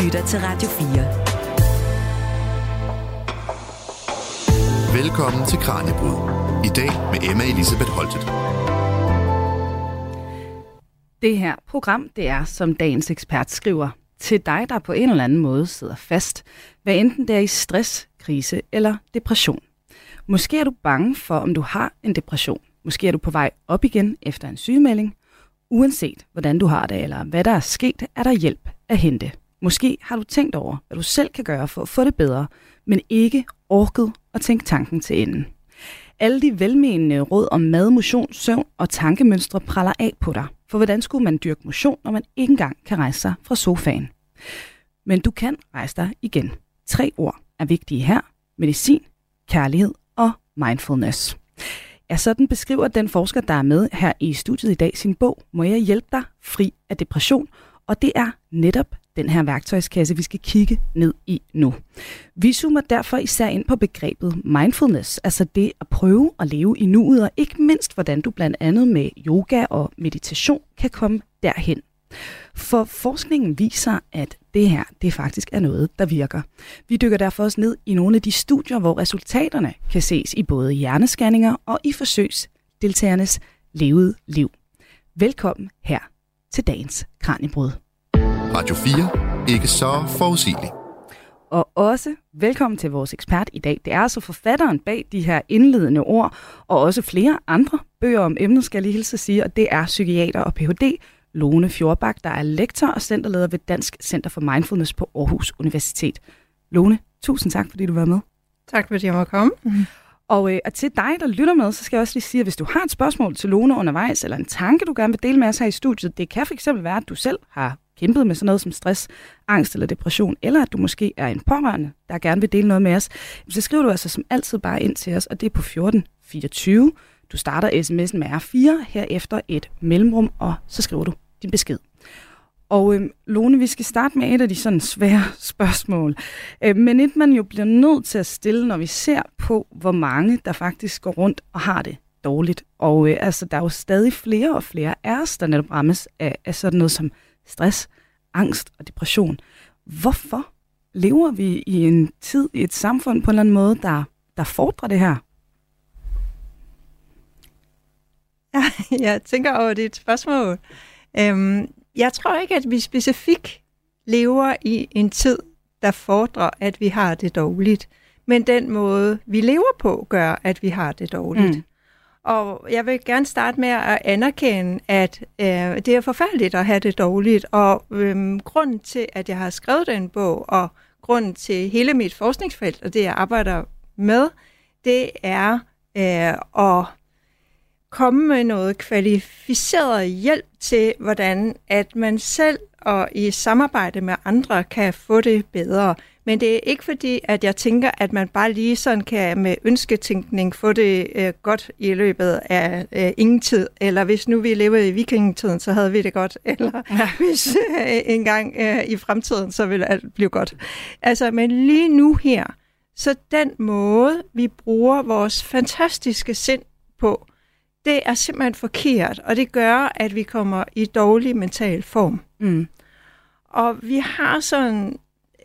lytter til Radio 4. Velkommen til Kraniebrud. I dag med Emma Elisabeth Holtet. Det her program, det er, som dagens ekspert skriver, til dig, der på en eller anden måde sidder fast, hvad enten det er i stress, krise eller depression. Måske er du bange for, om du har en depression. Måske er du på vej op igen efter en sygemelding. Uanset hvordan du har det, eller hvad der er sket, er der hjælp at hente. Måske har du tænkt over, hvad du selv kan gøre for at få det bedre, men ikke orket at tænke tanken til enden. Alle de velmenende råd om mad, motion, søvn og tankemønstre praller af på dig. For hvordan skulle man dyrke motion, når man ikke engang kan rejse sig fra sofaen? Men du kan rejse dig igen. 3 ord er vigtige her. Medicin, kærlighed og mindfulness. Ja, sådan beskriver den forsker, der er med her i studiet i dag, sin bog, Må jeg hjælpe dig fri af depression? Og det er netop den her værktøjskasse, vi skal kigge ned i nu. Vi zoomer derfor især ind på begrebet mindfulness, altså det at prøve at leve i nuet, og ikke mindst, hvordan du blandt andet med yoga og meditation kan komme derhen. For forskningen viser, at det her, det faktisk er noget, der virker. Vi dykker derfor også ned i nogle af de studier, hvor resultaterne kan ses i både hjernescanninger og i forsøgsdeltagernes levede liv. Velkommen her til dagens Kraniebrud. Radio 4. Ikke så forudsigeligt. Og også velkommen til vores ekspert i dag. Det er altså forfatteren bag de her indledende ord, og også flere andre bøger om emnet, skal jeg lige hilse at sige, og det er psykiater og Ph.D. Lone Fjordbak, der er lektor og centerleder ved Dansk Center for Mindfulness på Aarhus Universitet. Lone, tusind tak, fordi du var med. Tak, fordi jeg måtte komme. Og til dig, der lytter med, så skal jeg også lige sige, at hvis du har et spørgsmål til Lone undervejs, eller en tanke, du gerne vil dele med os her i studiet, det kan fx være, at du selv har kæmpet med sådan noget som stress, angst eller depression, eller at du måske er en pårørende, der gerne vil dele noget med os, så skriver du altså som altid bare ind til os, og det er på 1424. Du starter sms'en med R4, herefter et mellemrum, og så skriver du din besked. Og Lone, vi skal starte med et af de sådan svære spørgsmål, men et man jo bliver nødt til at stille, når vi ser på, hvor mange der faktisk går rundt og har det dårligt. Og altså, der er jo stadig flere og flere af os, der netop rammes af sådan noget som stress, angst og depression. Hvorfor lever vi i en tid, i et samfund på en eller anden måde, der fordrer det her? Jeg tænker over dit spørgsmål. Jeg tror ikke, at vi specifikt lever i en tid, der fordrer, at vi har det dårligt. Men den måde, vi lever på, gør, at vi har det dårligt. Og jeg vil gerne starte med at anerkende, at det er forfærdeligt at have det dårligt. Og grunden til, at jeg har skrevet den bog, og grunden til hele mit forskningsfelt, og det jeg arbejder med, det er at komme med noget kvalificeret hjælp til, hvordan at man selv og i samarbejde med andre kan få det bedre. Men det er ikke fordi, at jeg tænker, at man bare lige sådan kan med ønsketænkning få det godt i løbet af ingen tid. Eller hvis nu vi levede i vikingetiden, så havde vi det godt. Eller hvis engang i fremtiden, så ville alt blive godt. Altså, men lige nu her, så den måde, vi bruger vores fantastiske sind på, det er simpelthen forkert, og det gør, at vi kommer i dårlig mental form. Og vi har sådan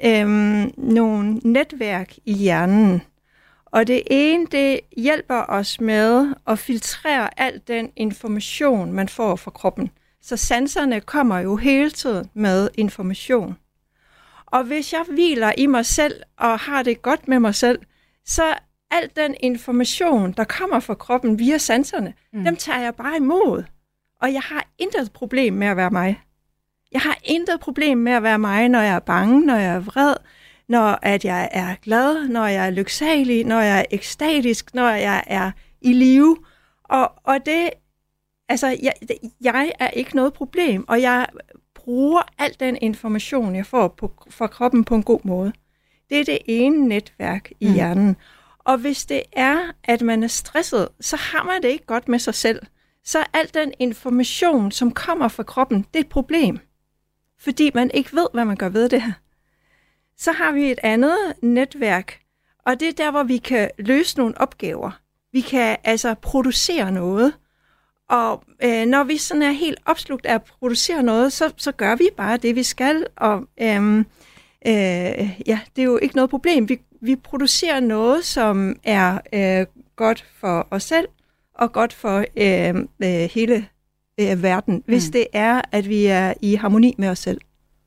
nogle netværk i hjernen, og det ene, det hjælper os med at filtrere al den information, man får fra kroppen. Så sanserne kommer jo hele tiden med information. Og hvis jeg hviler i mig selv og har det godt med mig selv, så al den information, der kommer fra kroppen via sanserne, dem tager jeg bare imod. Og jeg har intet problem med at være mig. Jeg har intet problem med at være mig, når jeg er bange, når jeg er vred, når at jeg er glad, når jeg er lyksalig, når jeg er ekstatisk, når jeg er i live. Og det, altså, jeg er ikke noget problem, og jeg bruger al den information, jeg får fra kroppen på en god måde. Det er det ene netværk i hjernen. Og hvis det er, at man er stresset, så har man det ikke godt med sig selv. Så al den information, som kommer fra kroppen, det er et problem. Fordi man ikke ved, hvad man gør ved det her. Så har vi et andet netværk, og det er der, hvor vi kan løse nogle opgaver. Vi kan altså producere noget. Og når vi sådan er helt opslugt af at producere noget, så gør vi bare det, vi skal. Og det er jo ikke noget problem. Vi producerer noget, som er godt for os selv, og godt for hele verden, hvis det er, at vi er i harmoni med os selv.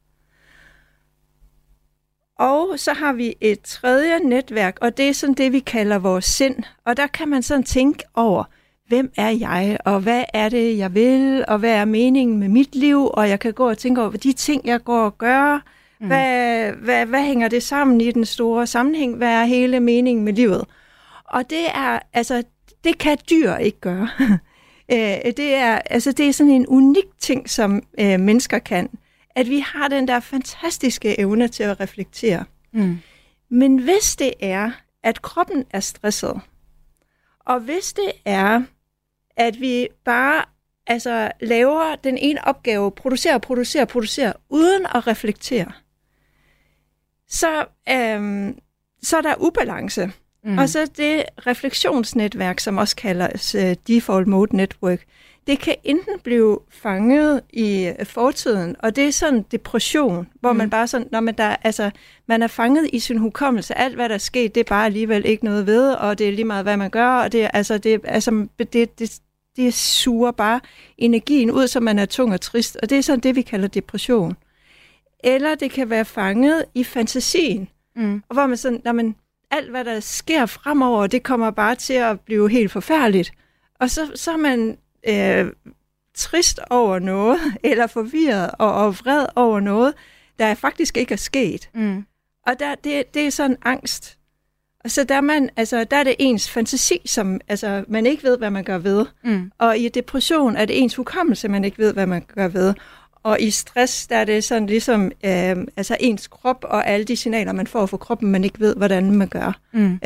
Og så har vi et tredje netværk, og det er sådan det, vi kalder vores sind. Og der kan man sådan tænke over, hvem er jeg, og hvad er det, jeg vil, og hvad er meningen med mit liv, og jeg kan gå og tænke over de ting, jeg går og gør. Hvad hænger det sammen i den store sammenhæng? Hvad er hele meningen med livet? Og det kan dyr ikke gøre. Det er sådan en unik ting, som mennesker kan, at vi har den der fantastiske evne til at reflektere. Men hvis det er, at kroppen er stresset, og hvis det er, at vi bare laver den ene opgave, producerer, uden at reflektere, så er der ubalance. Og så det refleksionsnetværk, som også kaldes Default Mode Network, det kan enten blive fanget i fortiden, og det er sådan depression, hvor man bare sådan, når man er fanget i sin hukommelse, alt hvad der er sket, det er bare alligevel ikke noget ved, og det er lige meget, hvad man gør, og det suger bare energien ud, så man er tung og trist, og det er sådan det, vi kalder depression. Eller det kan være fanget i fantasien, og hvor man sådan, alt hvad der sker fremover, det kommer bare til at blive helt forfærdeligt. Og så er man trist over noget, eller forvirret og vred over noget, der faktisk ikke er sket. Og det er sådan angst. Og så der er det ens fantasi, som man ikke ved, hvad man gør ved. Og i depression er det ens hukommelse, man ikke ved, hvad man gør ved. Og i stress, der er det sådan ligesom ens krop og alle de signaler, man får fra kroppen, man ikke ved, hvordan man gør.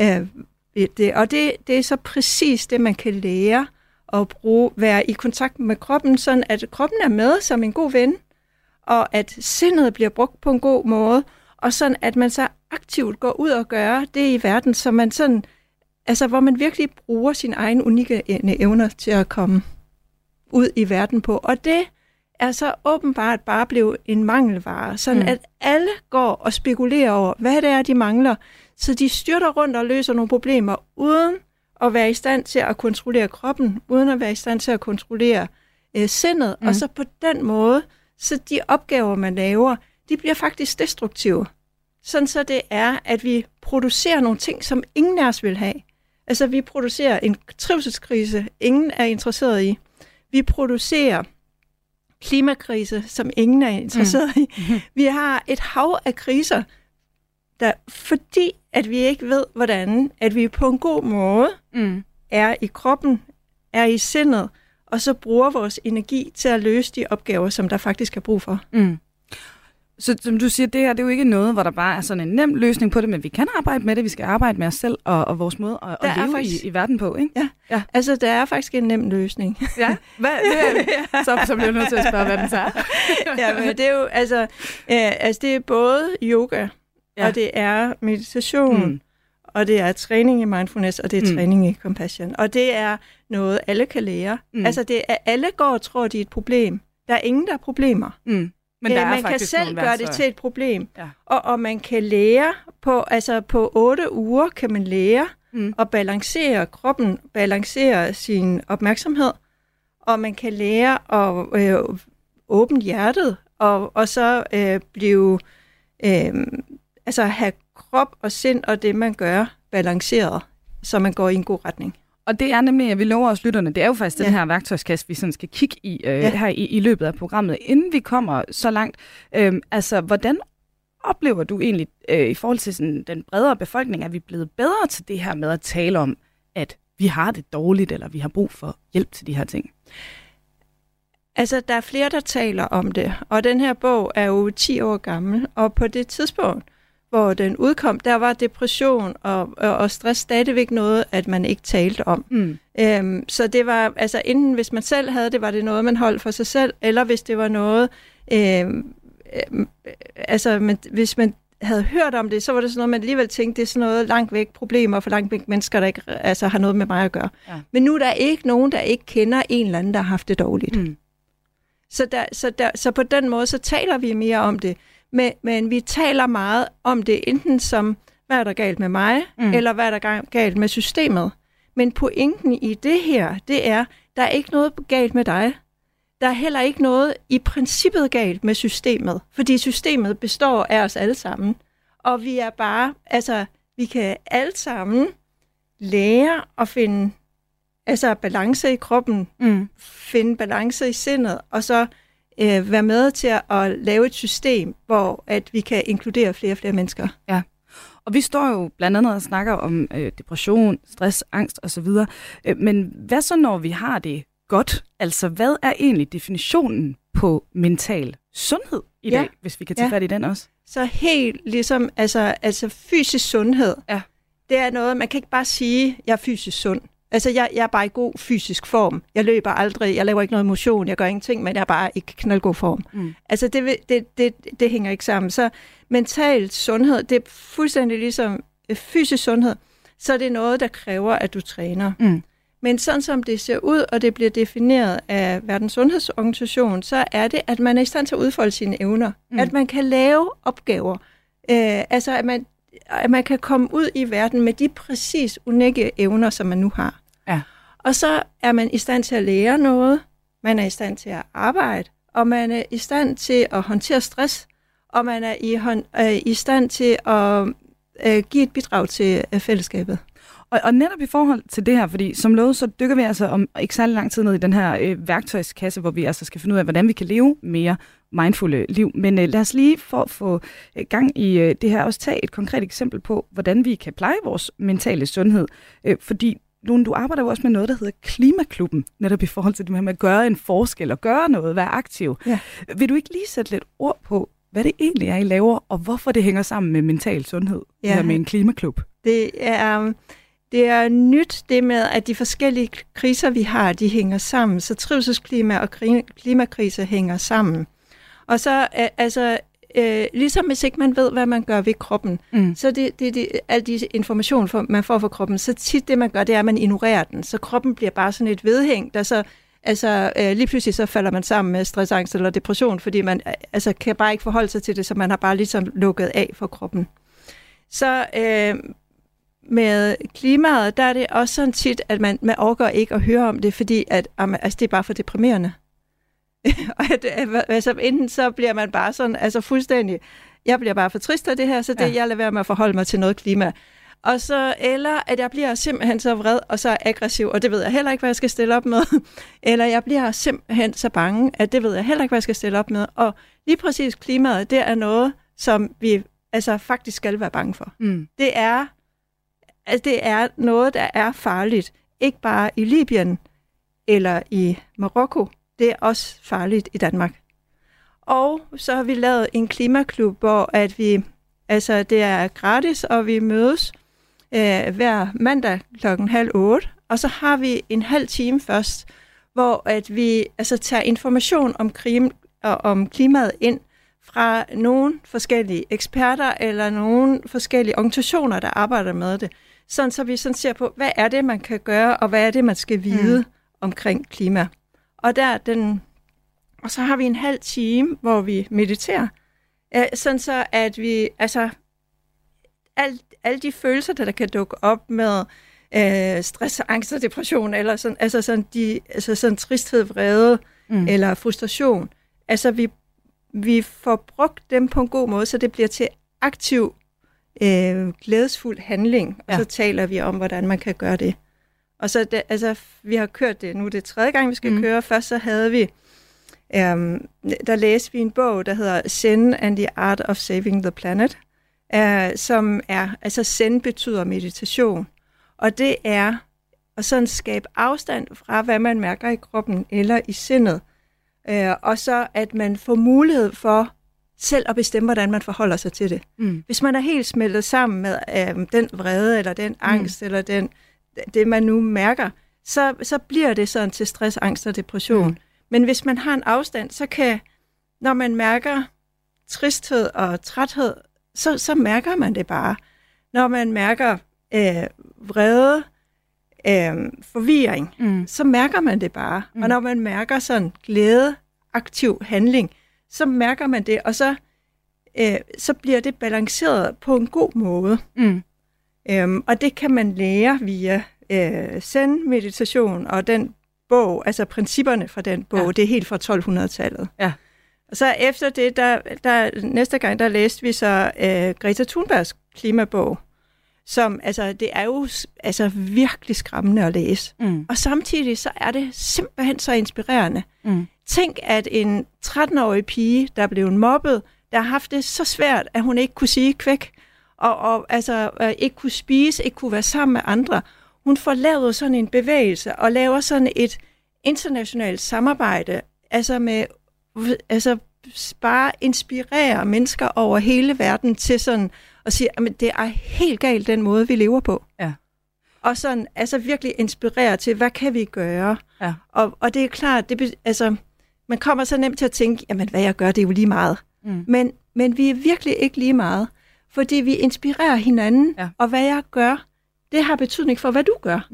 Og det er så præcis det, man kan lære at være i kontakt med kroppen, sådan at kroppen er med som en god ven, og at sindet bliver brugt på en god måde, og sådan at man så aktivt går ud og gør det i verden, så man sådan, hvor man virkelig bruger sine egne unikke evner til at komme ud i verden på. Og det er så åbenbart bare blevet en mangelvare, sådan at alle går og spekulerer over, hvad det er, de mangler, så de styrter rundt og løser nogle problemer, uden at være i stand til at kontrollere kroppen, uden at være i stand til at kontrollere sindet, og så på den måde, så de opgaver, man laver, de bliver faktisk destruktive. Sådan så det er, at vi producerer nogle ting, som ingen af os vil have. Altså, vi producerer en trivselskrise, ingen er interesseret i. Vi producerer klimakrise, som ingen er interesseret i. Vi har et hav af kriser, fordi at vi ikke ved, hvordan at vi på en god måde er i kroppen, er i sindet, og så bruger vores energi til at løse de opgaver, som der faktisk er brug for. Så som du siger, det her det er jo ikke noget, hvor der bare er sådan en nem løsning på det, men vi kan arbejde med det, vi skal arbejde med os selv og vores måde at leve faktisk, i verden på, ikke? Ja, altså der er faktisk en nem løsning. Ja, så bliver jeg nødt til at spørge, hvad den så er. Ja, men det er jo, det er både yoga, og det er meditation, og det er træning i mindfulness, og det er træning i compassion. Og det er noget, alle kan lære. Altså det er, alle går og tror, det er et problem. Der er ingen, der er problemer. Men man kan selv gøre det til et problem. Ja. Og man kan lære på 8 uger kan man lære at balancere kroppen, balancere sin opmærksomhed, og man kan lære at åbne hjertet, og så blive have krop og sind og det, man gør, balanceret, så man går i en god retning. Og det er nemlig, at vi lover os lytterne, det er jo faktisk den her værktøjskasse, vi sådan skal kigge i her i løbet af programmet, inden vi kommer så langt. Hvordan oplever du egentlig i forhold til sådan, den bredere befolkning, at vi er blevet bedre til det her med at tale om, at vi har det dårligt, eller vi har brug for hjælp til de her ting? Altså, der er flere, der taler om det, og den her bog er jo 10 år gammel, og på det tidspunkt, hvor den udkom, der var depression og stress stadigvæk noget, at man ikke talte om. Så det var, enten hvis man selv havde det, var det noget, man holdt for sig selv, eller hvis det var noget, hvis man havde hørt om det, så var det sådan noget, man alligevel tænkte, det er sådan noget langt væk problemer for langt væk mennesker, der ikke har noget med mig at gøre. Ja. Men nu er der ikke nogen, der ikke kender en eller anden, der har haft det dårligt. Så på den måde, så taler vi mere om det. Men vi taler meget om det, enten som, hvad er der galt med mig, eller hvad er der galt med systemet. Men pointen i det her, det er, der er ikke noget galt med dig. Der er heller ikke noget i princippet galt med systemet, fordi systemet består af os alle sammen. Og vi er bare, vi kan alle sammen lære at finde balance i kroppen, finde balance i sindet, og så være med til at lave et system, hvor at vi kan inkludere flere og flere mennesker. Ja, og vi står jo blandt andet og snakker om depression, stress, angst osv. Men hvad så, når vi har det godt? Altså, hvad er egentlig definitionen på mental sundhed i dag, hvis vi kan tage fat i den også? Så helt ligesom, fysisk sundhed, det er noget, man kan ikke bare sige, jeg er fysisk sund. Altså, jeg er bare i god fysisk form. Jeg løber aldrig, jeg laver ikke noget motion, jeg gør ingenting, men jeg er bare i knaldgod form. Altså, det hænger ikke sammen. Så mental sundhed, det er fuldstændig ligesom fysisk sundhed, så det er noget, der kræver, at du træner. Men sådan som det ser ud, og det bliver defineret af Verdens Sundhedsorganisation, så er det, at man er i stand til at udfolde sine evner. At man kan lave opgaver. At man kan komme ud i verden med de præcis unikke evner, som man nu har. Ja. Og så er man i stand til at lære noget, man er i stand til at arbejde, og man er i stand til at håndtere stress, og man er i stand til at give et bidrag til fællesskabet. Og netop i forhold til det her, fordi som lovet, så dykker vi altså om ikke særlig lang tid ned i den her værktøjskasse, hvor vi altså skal finde ud af, hvordan vi kan leve mere mindfulde liv. Men lad os lige for at få gang i det her også tage et konkret eksempel på, hvordan vi kan pleje vores mentale sundhed. Fordi Lone, du arbejder jo også med noget, der hedder Klimaklubben, netop i forhold til det med at gøre en forskel og gøre noget, være aktiv. Ja. Vil du ikke lige sætte lidt ord på, hvad det egentlig er, I laver, og hvorfor det hænger sammen med mental sundhed, eller med en klimaklub? Det er nyt det med, at de forskellige kriser, vi har, de hænger sammen. Så trivselsklima og klimakriser hænger sammen. Og så, ligesom hvis ikke man ved, hvad man gør ved kroppen, så al de information, man får fra kroppen, så tit det, man gør, det er, at man ignorerer den. Så kroppen bliver bare sådan et vedhæng, der så lige pludselig så falder man sammen med stress, angst eller depression, fordi man kan bare ikke forholde sig til det, så man har bare ligesom lukket af for kroppen. Så med klimaet, der er det også sådan tit, at man overgår ikke at høre om det, fordi at, det er bare for deprimerende. Og enten så bliver man bare sådan, fuldstændig, jeg bliver bare for trist af det her, så jeg lader være med at forholde mig til noget klima. Og så, eller at jeg bliver simpelthen så vred og så aggressiv, og det ved jeg heller ikke, hvad jeg skal stille op med. Eller jeg bliver simpelthen så bange, at det ved jeg heller ikke, hvad jeg skal stille op med. Og lige præcis klimaet, det er noget, som vi faktisk skal være bange for. Det er noget, der er farligt. Ikke bare i Libyen eller i Marokko. Det er også farligt i Danmark. Og så har vi lavet en klimaklub, hvor at vi, det er gratis, og vi mødes hver mandag 7:30, og så har vi en halv time først, hvor at vi tager information om klimaet ind fra nogle forskellige eksperter eller nogle forskellige organisationer, der arbejder med det. Sådan, så vi sådan ser på, hvad er det, man kan gøre, og hvad er det, man skal vide omkring klima. Og så har vi en halv time, hvor vi mediterer, sådan så at vi, alle de følelser, der kan dukke op med stress, angst og depression, eller sådan tristhed, vrede eller frustration, vi får brugt dem på en god måde, så det bliver til aktiv, glædesfuld handling, og så taler vi om, hvordan man kan gøre det. Og så vi har kørt det, nu er det 3. gang, vi skal køre. Først så havde vi, der læste vi en bog, der hedder Zen and the Art of Saving the Planet, som er, Zen betyder meditation. Og det er at sådan skabe afstand fra, hvad man mærker i kroppen eller i sindet. Og så at man får mulighed for selv at bestemme, hvordan man forholder sig til det. Hvis man er helt smeltet sammen med den vrede, eller den angst, eller det man nu mærker, så bliver det sådan til stress, angst og depression. Men hvis man har en afstand, så kan, når man mærker tristhed og træthed, så mærker man det bare. Når man mærker vrede, forvirring, så mærker man det bare. Og når man mærker sådan glæde, aktiv handling, så mærker man det, og så så bliver det balanceret på en god måde. Og det kan man lære via Zen-meditation og den bog, altså principperne fra den bog, det er helt fra 1200-tallet. Ja. Og så efter det, næste gang, der læste vi så Greta Thunbergs klimabog, som, altså, det er jo altså, virkelig skræmmende at læse. Og samtidig så er det simpelthen så inspirerende. Tænk, at en 13-årig pige, der blev mobbet, der har haft det så svært, at hun ikke kunne sige kvæk, og ikke kunne spise, ikke kunne være sammen med andre. Hun får lavet sådan en bevægelse, og laver sådan et internationalt samarbejde, bare inspirere mennesker over hele verden til sådan at sige, at det er helt galt den måde, vi lever på. Ja. Og sådan, virkelig inspirere til, hvad kan vi gøre? Ja. Og det er klart, man kommer så nemt til at tænke, jamen hvad jeg gør, det er jo lige meget. Men vi er virkelig ikke lige meget, fordi vi inspirerer hinanden, og hvad jeg gør, det har betydning for, hvad du gør.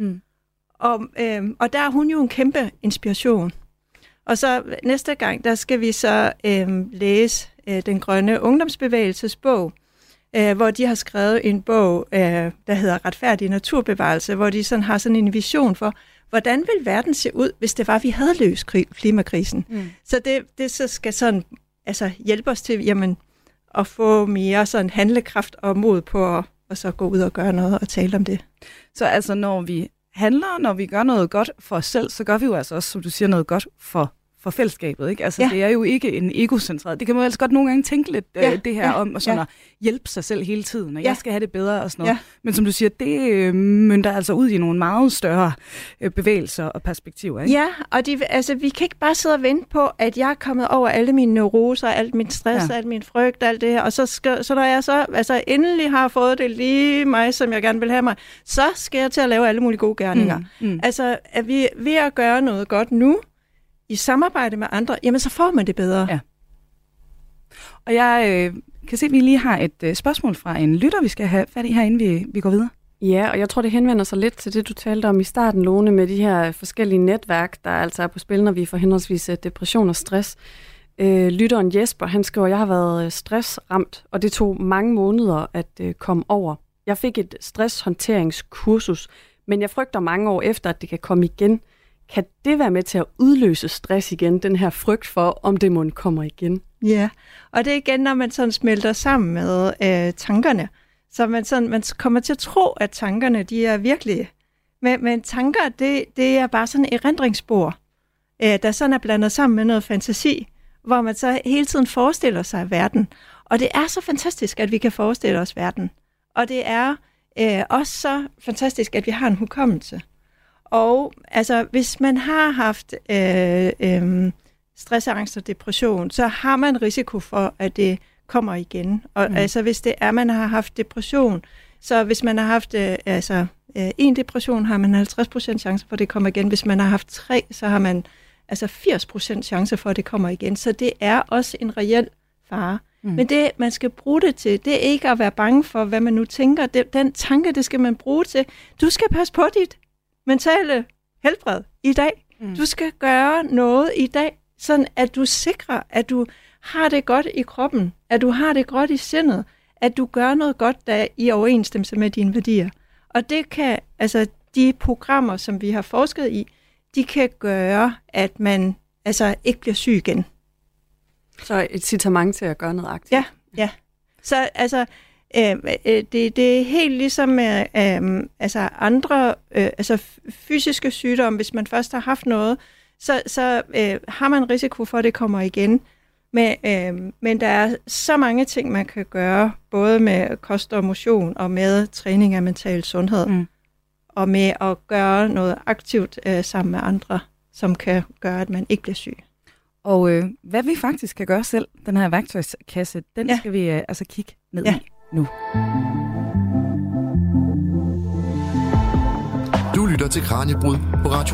Og der er hun jo en kæmpe inspiration. Og så næste gang, der skal vi så læse Den Grønne Ungdomsbevægelses bog, hvor de har skrevet en bog, der hedder Retfærdig Naturbevarelse, hvor de sådan har sådan en vision for, hvordan vil verden se ud, hvis det var, vi havde løst klimakrisen. Så det så skal sådan hjælpe os til at få mere sådan handlekraft og mod på at så gå ud og gøre noget og tale om det. Så altså, når vi handler, når vi gør noget godt for os selv, så gør vi jo altså også, som du siger, noget godt for fællesskabet, ikke? Altså, det er jo ikke en egocentreret. Det kan man jo altså godt nogle gange tænke lidt det her om, og sådan at hjælpe sig selv hele tiden, og jeg skal have det bedre og sådan noget. Men som du siger, det mønter altså ud i nogle meget større bevægelser og perspektiver, ikke? Ja, og vi kan ikke bare sidde og vente på, at jeg er kommet over alle mine neuroser, alt min stress, alt min frygt, alt det her, og så når jeg så endelig har fået det lige mig, som jeg gerne vil have mig, så skal jeg til at lave alle mulige gode gerninger. Altså, at vi ved at gøre noget godt nu, i samarbejde med andre, jamen så får man det bedre. Ja. Og jeg kan se, at vi lige har et spørgsmål fra en lytter, vi skal have fat i her, inden vi går videre. Ja, og jeg tror, det henvender sig lidt til det, du talte om i starten, Lone, med de her forskellige netværk, der altså er på spil, når vi får henholdsvis depression og stress. Lytteren Jesper, han skriver, jeg har været stressramt, og det tog mange måneder at komme over. Jeg fik et stresshåndteringskursus, men jeg frygter mange år efter, at det kan komme igen. Kan det være med til at udløse stress igen, den her frygt for, om det må komme igen? Ja, og det er igen, når man sådan smelter sammen med tankerne. Så man kommer til at tro, at tankerne, de er virkelige. Men tanker, det er bare sådan et erindringsspor, der sådan er blandet sammen med noget fantasi, hvor man så hele tiden forestiller sig verden. Og det er så fantastisk, at vi kan forestille os verden. Og det er også så fantastisk, at vi har en hukommelse. Og altså, hvis man har haft stress, angst og depression, så har man risiko for, at det kommer igen. Og altså, hvis det er, man har haft depression, så hvis man har haft en depression, har man 50% chance for, at det kommer igen. Hvis man har haft 3, så har man 80% chance for, at det kommer igen. Så det er også en reel fare. Men det, man skal bruge det til, det er ikke at være bange for, hvad man nu tænker. Den tanke, det skal man bruge til. Du skal passe på dit mentale helbred i dag. Du skal gøre noget i dag, sådan at du sikrer, at du har det godt i kroppen, at du har det godt i sindet, at du gør noget godt, der er i overensstemmelse med dine værdier. Og det kan, altså de programmer, som vi har forsket i, de kan gøre, at man ikke bliver syg igen. Så et incitament til at gøre noget aktivt. Ja. Så altså, det er helt ligesom med andre fysiske sygdomme. Hvis man først har haft noget, så har man risiko for, at det kommer igen. Men der er så mange ting, man kan gøre, både med kost og motion, og med træning af mental sundhed, og med at gøre noget aktivt sammen med andre, som kan gøre, at man ikke bliver syg. Og hvad vi faktisk kan gøre selv, den her værktøjskasse, den skal vi kigge ned i nu. Du lytter til Kraniebrud på Radio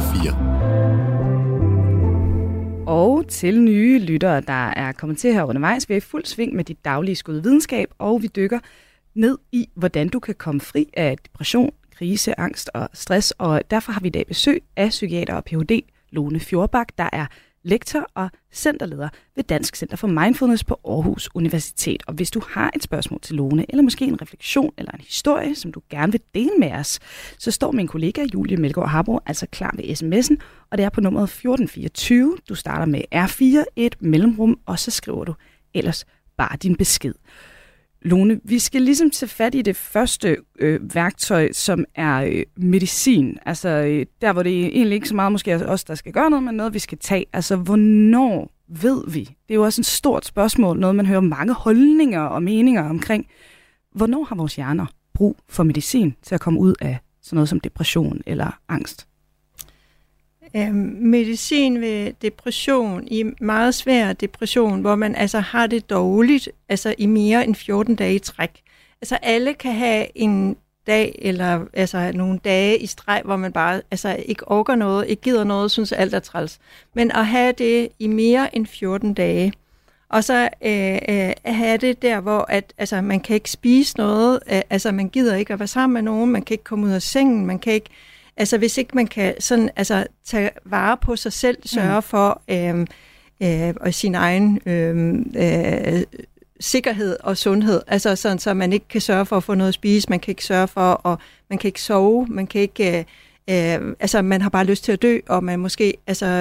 4. Og til nye lyttere, der er kommet til her undervejs. Vi er i fuld sving med dit daglige skud videnskab, og vi dykker ned i, hvordan du kan komme fri af depression, krise, angst og stress. Og derfor har vi i dag besøg af psykiater og Ph.D. Lone Fjordbak, der er lektor og centerleder ved Dansk Center for Mindfulness på Aarhus Universitet. Og hvis du har et spørgsmål til Lone, eller måske en refleksion eller en historie, som du gerne vil dele med os, så står min kollega Julie Melgaard Harbro altså klar ved sms'en, og det er på nummeret 1424. Du starter med R4, et mellemrum, og så skriver du ellers bare din besked. Lone, vi skal ligesom tage fat i det første værktøj, som er medicin. Altså der, hvor det egentlig ikke så meget måske er os, der skal gøre noget, men noget, vi skal tage. Altså, hvornår ved vi? Det er jo også et stort spørgsmål, noget man hører mange holdninger og meninger omkring. Hvornår har vores hjerner brug for medicin til at komme ud af sådan noget som depression eller angst? Medicin ved depression, i meget svær depression, hvor man altså har det dårligt, altså i mere end 14 dage i træk. Altså alle kan have en dag, eller altså nogle dage i streg, hvor man bare altså ikke orker noget, ikke gider noget, synes alt er træls. Men at have det i mere end 14 dage, og så have det der, hvor at, altså, man kan ikke spise noget, altså man gider ikke at være sammen med nogen, man kan ikke komme ud af sengen, man kan ikke. Altså hvis ikke man kan sådan, altså, tage vare på sig selv, sørge for sin egen sikkerhed og sundhed, altså sådan, så man ikke kan sørge for at få noget at spise, man kan ikke sørge for, og man kan ikke sove, man kan ikke, altså man har bare lyst til at dø, og man måske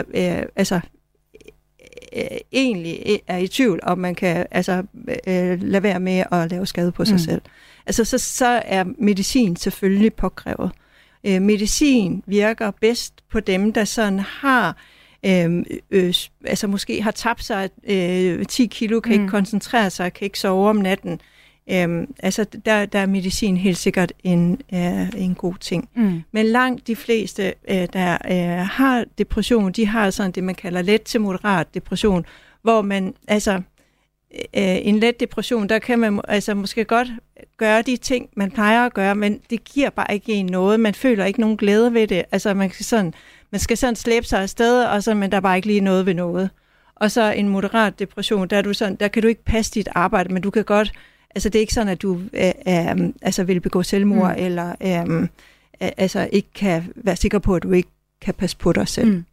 egentlig er i tvivl, om man kan lade være med at lave skade på sig selv. Altså så er medicin selvfølgelig påkrævet. Medicin virker bedst på dem, der sådan har, altså måske har tabt sig 10 kilo, kan ikke koncentrere sig, kan ikke sove om natten. Altså der er medicin helt sikkert en god ting. Men langt de fleste, der har depression, de har sådan det, man kalder let til moderat depression, hvor man altså en let depression, der kan man altså måske godt gøre de ting, man plejer at gøre, men det giver bare ikke en noget. Man føler ikke nogen glæde ved det. Altså man skal sådan slæbe sig afsted, og så, men der er bare ikke lige noget ved noget. Og så en moderat depression, der kan du ikke passe dit arbejde, men du kan godt, altså det er ikke sådan, at du vil begå selvmord, eller altså ikke kan være sikker på, at du ikke kan passe på dig selv.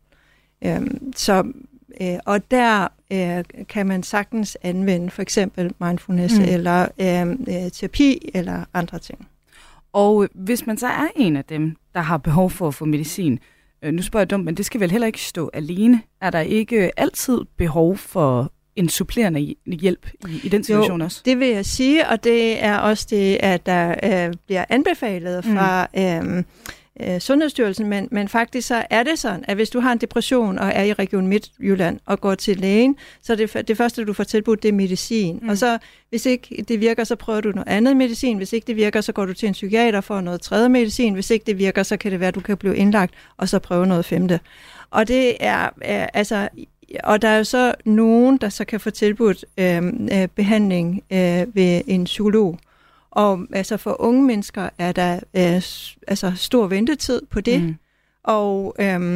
Og der kan man sagtens anvende for eksempel mindfulness eller terapi eller andre ting. Og hvis man så er en af dem, der har behov for at få medicin, nu spørger jeg dumt, men det skal vel heller ikke stå alene? Er der ikke altid behov for en supplerende hjælp i den situation også? Det vil jeg sige, og det er også det, at der bliver anbefalet fra Sundhedsstyrelsen, men faktisk så er det sådan, at hvis du har en depression og er i Region Midtjylland og går til lægen, så det første, du får tilbudt, det er medicin. Og så, hvis ikke det virker, så prøver du noget andet medicin. Hvis ikke det virker, så går du til en psykiater for noget tredje medicin. Hvis ikke det virker, så kan det være, at du kan blive indlagt, og så prøve noget femte. Og det er, og der er jo så nogen, der så kan få tilbudt behandling ved en psykolog. Og altså for unge mennesker er der stor ventetid på det. Og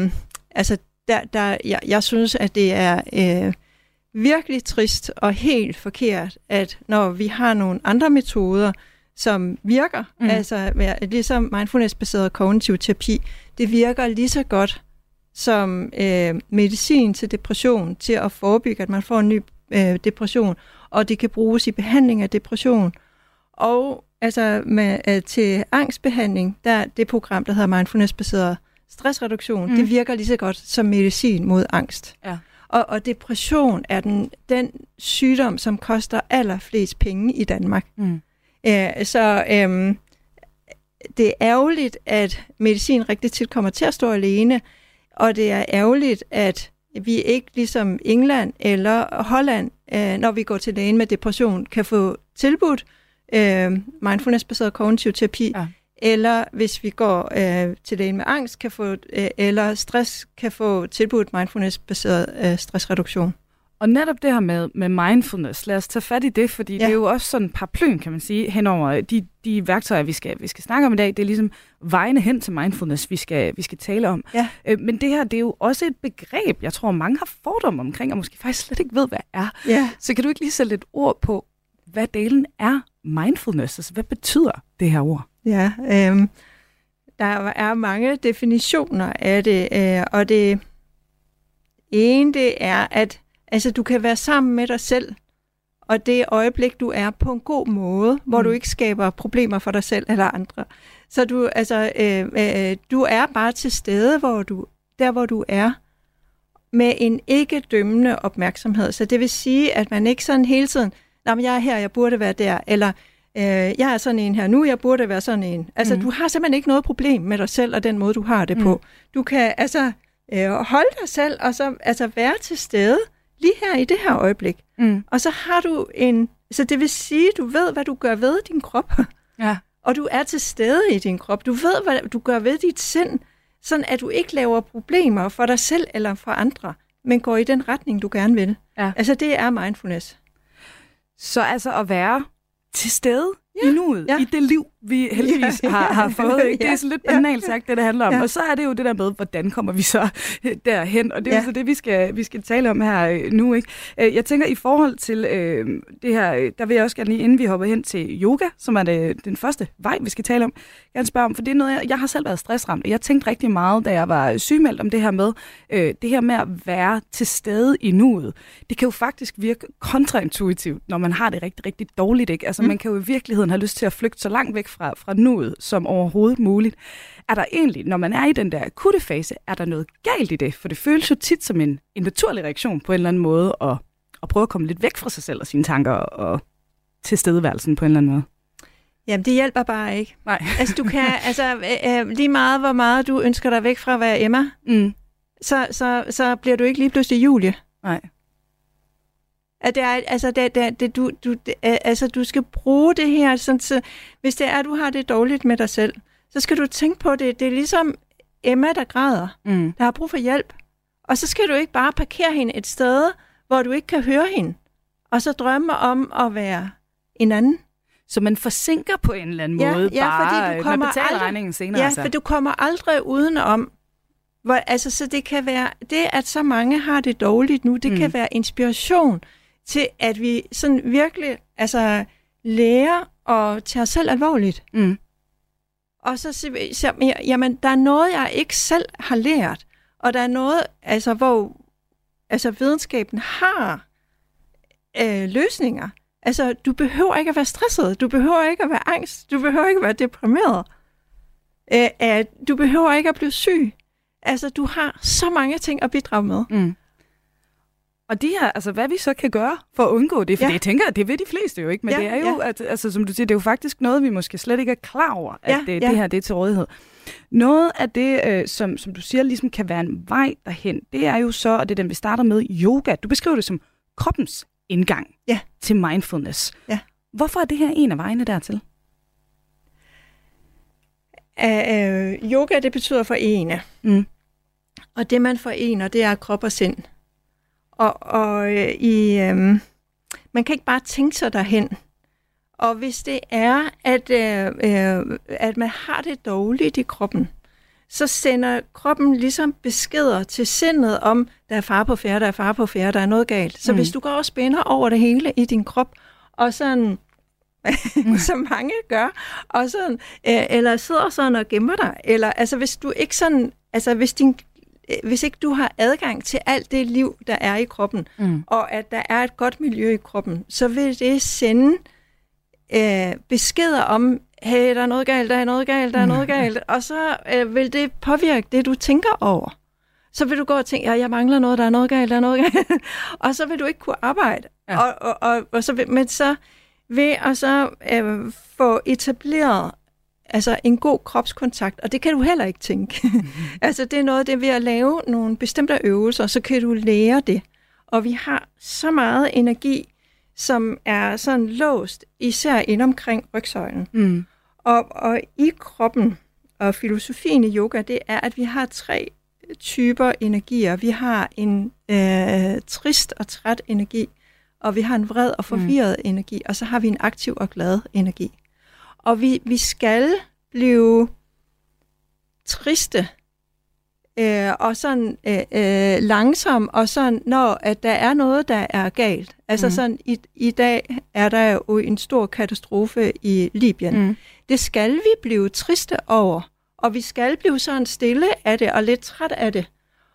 jeg synes, at det er virkelig trist og helt forkert, at når vi har nogle andre metoder, som virker, altså ligesom mindfulness-baseret kognitiv terapi, det virker lige så godt som medicin til depression, til at forebygge, at man får en ny depression, og det kan bruges i behandling af depression. Og altså til angstbehandling, der det program, der hedder mindfulness-baseret stressreduktion, det virker lige så godt som medicin mod angst. Ja. Og depression er den sygdom, som koster allerflest penge i Danmark. Så det er ærgerligt, at medicin rigtig tit kommer til at stå alene, og det er ærgerligt, at vi ikke ligesom England eller Holland, når vi går til lægen med depression, kan få tilbudt mindfulness-baseret kognitiv terapi, eller hvis vi går til lægen med angst, kan få, eller stress, kan få tilbudt mindfulness-baseret stressreduktion. Og netop det her med mindfulness, lad os tage fat i det, fordi det er jo også sådan en paraplyen, kan man sige, henover de værktøjer, vi skal snakke om i dag. Det er ligesom vejene hen til mindfulness, vi skal tale om. Ja. Men det her, det er jo også et begreb, jeg tror, mange har fordomme omkring, og måske faktisk slet ikke ved, hvad er. Ja. Så kan du ikke lige sætte lidt ord på, hvad delen er mindfulness? Altså, hvad betyder det her ord? Ja, der er mange definitioner af det, og det ene, det er, at altså, du kan være sammen med dig selv, og det øjeblik, du er på en god måde, hvor du ikke skaber problemer for dig selv eller andre. Så du er bare til stede, hvor du er, med en ikke dømmende opmærksomhed. Så det vil sige, at man ikke sådan hele tiden, men jeg er her, jeg burde være der, eller jeg er sådan en her nu, jeg burde være sådan en. Altså, du har simpelthen ikke noget problem med dig selv og den måde, du har det på. Du kan holde dig selv, og så være til stede lige her i det her øjeblik. Og så har du så det vil sige, du ved, hvad du gør ved din krop. Ja. Og du er til stede i din krop. Du ved, hvad du gør ved dit sind, sådan at du ikke laver problemer for dig selv eller for andre, men går i den retning, du gerne vil. Ja. Altså, det er mindfulness. Så altså at være til stede i nuet, i det liv, vi heldigvis har fået. Ikke? Det er så lidt banalt sagt, det handler om. Ja. Og så er det jo det der med, hvordan kommer vi så derhen? Og det er jo så det, vi skal tale om her nu. Ikke? Jeg tænker, i forhold til det her, der vil jeg også gerne lige, inden vi hopper hen til yoga, som er den første vej, vi skal tale om, gerne spørge om, for det er noget, jeg har selv været stressramt, og jeg tænkte rigtig meget, da jeg var sygemeldt om det her med, det her med at være til stede i nuet. Det kan jo faktisk virke kontraintuitivt, når man har det rigtig, rigtig dårligt. Ikke? Altså, man kan jo i virkeligheden have lyst til at flygte så langt væk fra nuet som overhovedet muligt. Er der egentlig, når man er i den der akutte fase, er der noget galt i det? For det føles jo tit som en naturlig reaktion på en eller anden måde, at prøve at komme lidt væk fra sig selv og sine tanker og tilstedeværelsen på en eller anden måde. Jamen, det hjælper bare ikke. Nej. Altså, du kan, lige meget, hvor meget du ønsker dig væk fra at være Emma, så bliver du ikke lige pludselig Julie. Nej. At du skal bruge det her, sådan, så, hvis det er, at du har det dårligt med dig selv, så skal du tænke på det. Det er ligesom Emma, der græder, der har brug for hjælp. Og så skal du ikke bare parkere hende et sted, hvor du ikke kan høre hende, og så drømme om at være en anden. Så man forsinker på en eller anden måde, bare fordi du kommer man betaler regningen senere. Ja, for du kommer aldrig udenom. Så det kan være, det at så mange har det dårligt nu, det kan være inspiration til, at vi sådan virkelig lærer at tage os selv alvorligt. Og så jamen, der er noget, jeg ikke selv har lært, og der er noget, hvor videnskaben har løsninger. Altså, du behøver ikke at være stresset, du behøver ikke at være angst, du behøver ikke at være deprimeret, du behøver ikke at blive syg. Altså, du har så mange ting at bidrage med. Og de her, hvad vi så kan gøre for at undgå det, for jeg tænker, at det ved de fleste jo ikke, men det er jo, som du siger, det er jo faktisk noget, vi måske slet ikke er klar over, at det her det er til rådighed. Noget af det, som du siger, ligesom kan være en vej derhen, det er jo så, og det er den, vi starter med, yoga. Du beskriver det som kroppens indgang til mindfulness. Ja. Hvorfor er det her en af vejene dertil? Yoga, det betyder forene. Og det, man forener, det er krop og sind. Man kan ikke bare tænke sig derhen. Og hvis det er, at man har det dårligt i kroppen, så sender kroppen ligesom beskeder til sindet om, der er fare på færde, der er fare på færde, der er noget galt. Så hvis du går og spænder over det hele i din krop, og sådan, som mange gør, og sådan, eller sidder sådan og gemmer dig, eller hvis du ikke sådan, hvis ikke du har adgang til alt det liv, der er i kroppen, og at der er et godt miljø i kroppen, så vil det sende beskeder om, hey, der er noget galt, der er noget galt, der er noget galt, og så vil det påvirke det, du tænker over. Så vil du gå og tænke, jeg mangler noget, der er noget galt, der er noget galt, og så vil du ikke kunne arbejde. Ja. Men så ved at få etableret en god kropskontakt, og det kan du heller ikke tænke. Det er noget, det er ved at lave nogle bestemte øvelser, så kan du lære det. Og vi har så meget energi, som er sådan låst, især ind omkring rygsøjlen. Og i kroppen, og filosofien i yoga, det er, at vi har 3 typer energier. Vi har en trist og træt energi, og vi har en vred og forvirret energi, og så har vi en aktiv og glad energi. Og vi skal blive triste og sådan langsom, og sådan, når at der er noget, der er galt. Sådan, i dag er der jo en stor katastrofe i Libyen. Det skal vi blive triste over, og vi skal blive sådan stille af det, og lidt træt af det.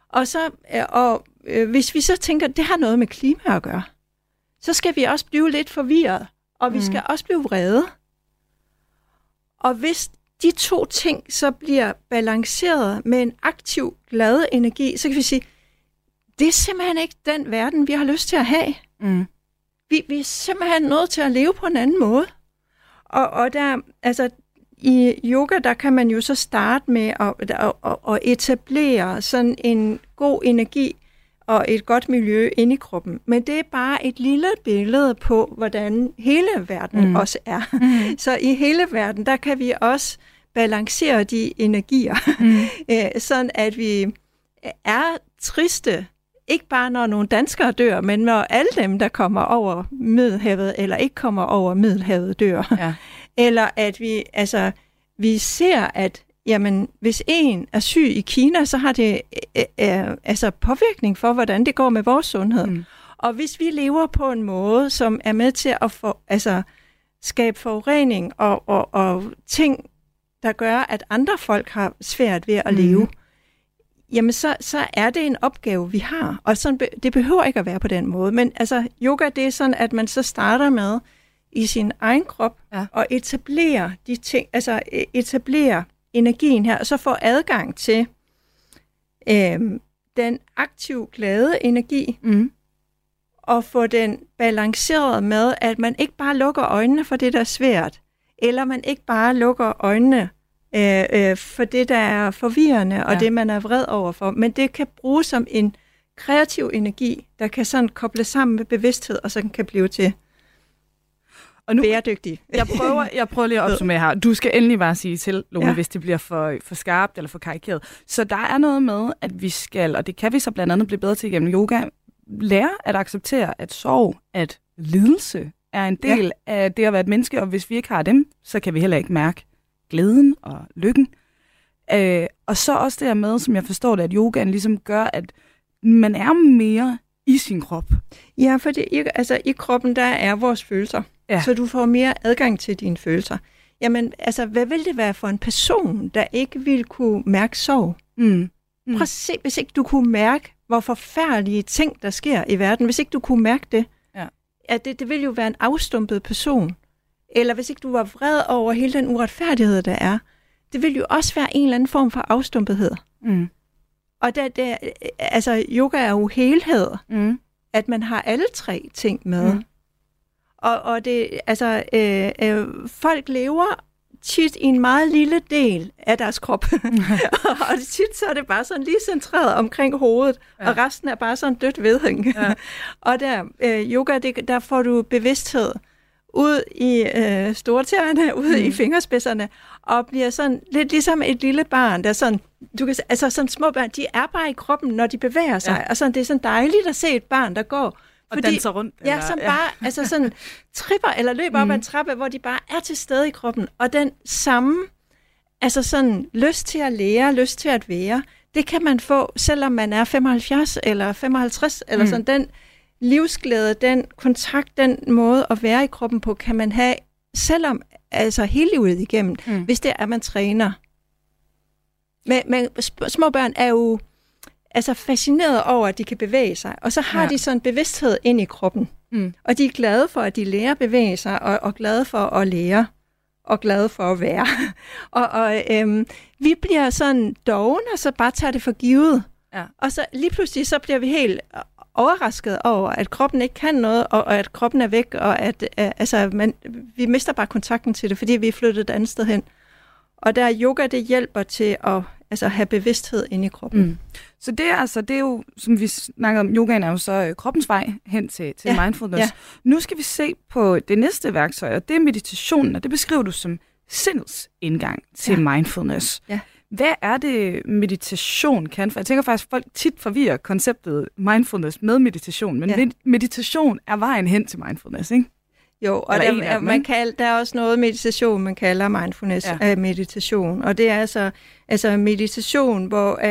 Hvis vi så tænker, at det har noget med klima at gøre, så skal vi også blive lidt forvirret, og vi skal også blive vrede. Og hvis de to ting så bliver balanceret med en aktiv, glad energi, så kan vi sige, det er simpelthen ikke den verden, vi har lyst til at have. Vi er simpelthen nødt til at leve på en anden måde. Og der, altså, i yoga, der kan man jo så starte med at etablere sådan en god energi og et godt miljø inde i kroppen. Men det er bare et lille billede på, hvordan hele verden også er. Så i hele verden, der kan vi også balancere de energier, sådan at vi er triste, ikke bare når nogle danskere dør, men når alle dem, der kommer over Middelhavet, eller ikke kommer over Middelhavet, dør. Ja. Eller at vi ser, at jamen, hvis en er syg i Kina, så har det påvirkning for, hvordan det går med vores sundhed. Og hvis vi lever på en måde, som er med til at skabe forurening og ting, der gør, at andre folk har svært ved at leve, jamen så er det en opgave, vi har. Og sådan, det behøver ikke at være på den måde. Men altså, yoga, det er sådan, at man så starter med i sin egen krop og etablere de ting, altså etablere energien her, og så får adgang til den aktive, glade energi, og få den balanceret med, at man ikke bare lukker øjnene for det, der er svært, eller man ikke bare lukker øjnene for det, der er forvirrende, og det, man er vred overfor, men det kan bruges som en kreativ energi, der kan sådan koble sammen med bevidsthed, og så kan blive til og nu, bæredygtig. Jeg prøver lige at opsummere her. Du skal endelig bare sige til, Lone, hvis det bliver for skarpt eller for karikeret. Så der er noget med, at vi skal, og det kan vi så blandt andet blive bedre til gennem yoga, lære at acceptere, at sorg, at lidelse er en del af det at være et menneske, og hvis vi ikke har dem, så kan vi heller ikke mærke glæden og lykken. Og så også det her med, som jeg forstår det, at yogaen ligesom gør, at man er mere i sin krop. Ja, for i kroppen, der er vores følelser. Ja. Så du får mere adgang til dine følelser. Jamen, altså, hvad vil det være for en person, der ikke vil kunne mærke sorg? Prøv at se, hvis ikke du kunne mærke, hvor forfærdelige ting, der sker i verden. Hvis ikke du kunne mærke det, at det vil jo være en afstumpet person. Eller hvis ikke du var vred over hele den uretfærdighed, der er. Det vil jo også være en eller anden form for afstumpethed. Og altså, yoga er jo helhed. At man har alle tre ting med. Og det, altså, folk lever tit i en meget lille del af deres krop. Og tit så er det bare sådan lige centreret omkring hovedet, og resten er bare sådan dødt vedhæng. Og yoga, der får du bevidsthed ud i stortæerne, ud i fingerspidserne, og bliver sådan lidt ligesom et lille barn, der sådan, sådan små børn, de er bare i kroppen, når de bevæger sig, og sådan, det er sådan dejligt at se et barn, der går, og danser rundt. Ja, som bare altså sådan tripper eller løber op ad en trappe, hvor de bare er til stede i kroppen. Og den samme, altså sådan lyst til at lære, lyst til at være, det kan man få, selvom man er 75 eller 55, eller sådan den livsglæde, den kontakt, den måde at være i kroppen på, kan man have, selvom altså hele livet igennem, hvis det er, at man træner. Men små børn er jo altså fascineret over, at de kan bevæge sig. Og så har de sådan en bevidsthed ind i kroppen. Og de er glade for, at de lærer at bevæge sig, og glade for at lære, og glade for at være. og vi bliver sådan doven, og så bare tager det for givet. Og så lige pludselig, så bliver vi helt overrasket over, at kroppen ikke kan noget, og at kroppen er væk, og at vi mister bare kontakten til det, fordi vi er flyttet et andet sted hen. Og der yoga, det hjælper til at have bevidsthed inde i kroppen. Så det er jo, som vi snakker om, yogaen er jo så kroppens vej hen til mindfulness. Ja. Nu skal vi se på det næste værktøj, og det er meditationen, og det beskriver du som sindets indgang til mindfulness. Ja. Hvad er det, meditation kan? For jeg tænker faktisk, at folk tit forvirrer konceptet mindfulness med meditation, men meditation er vejen hen til mindfulness, ikke? Jo, og der er også noget meditation, man kalder mindfulness meditation, og det er altså meditation, hvor